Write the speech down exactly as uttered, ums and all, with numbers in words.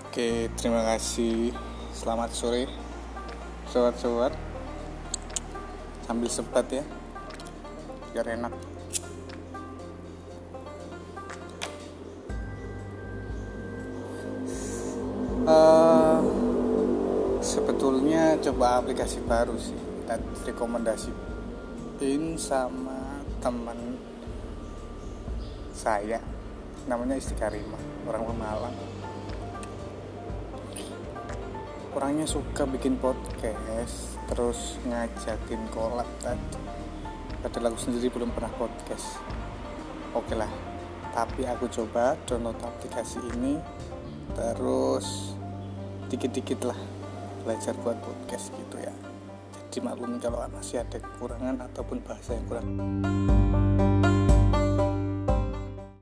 Oke, terima kasih. Selamat sore, sobat-sobat. Sambil sebat ya, biar enak. Uh, sebetulnya coba aplikasi baru sih. Kita rekomendasiin sama teman saya, namanya Istiqarimah, orang Pemalang. Orangnya suka bikin podcast, terus ngajakin collab tadi. Padahal aku sendiri belum pernah podcast. Oke lah, tapi aku coba download aplikasi ini, terus dikit-dikit lah belajar buat podcast gitu ya. Jadi maklumi kalau masih ada kekurangan ataupun bahasa yang kurang.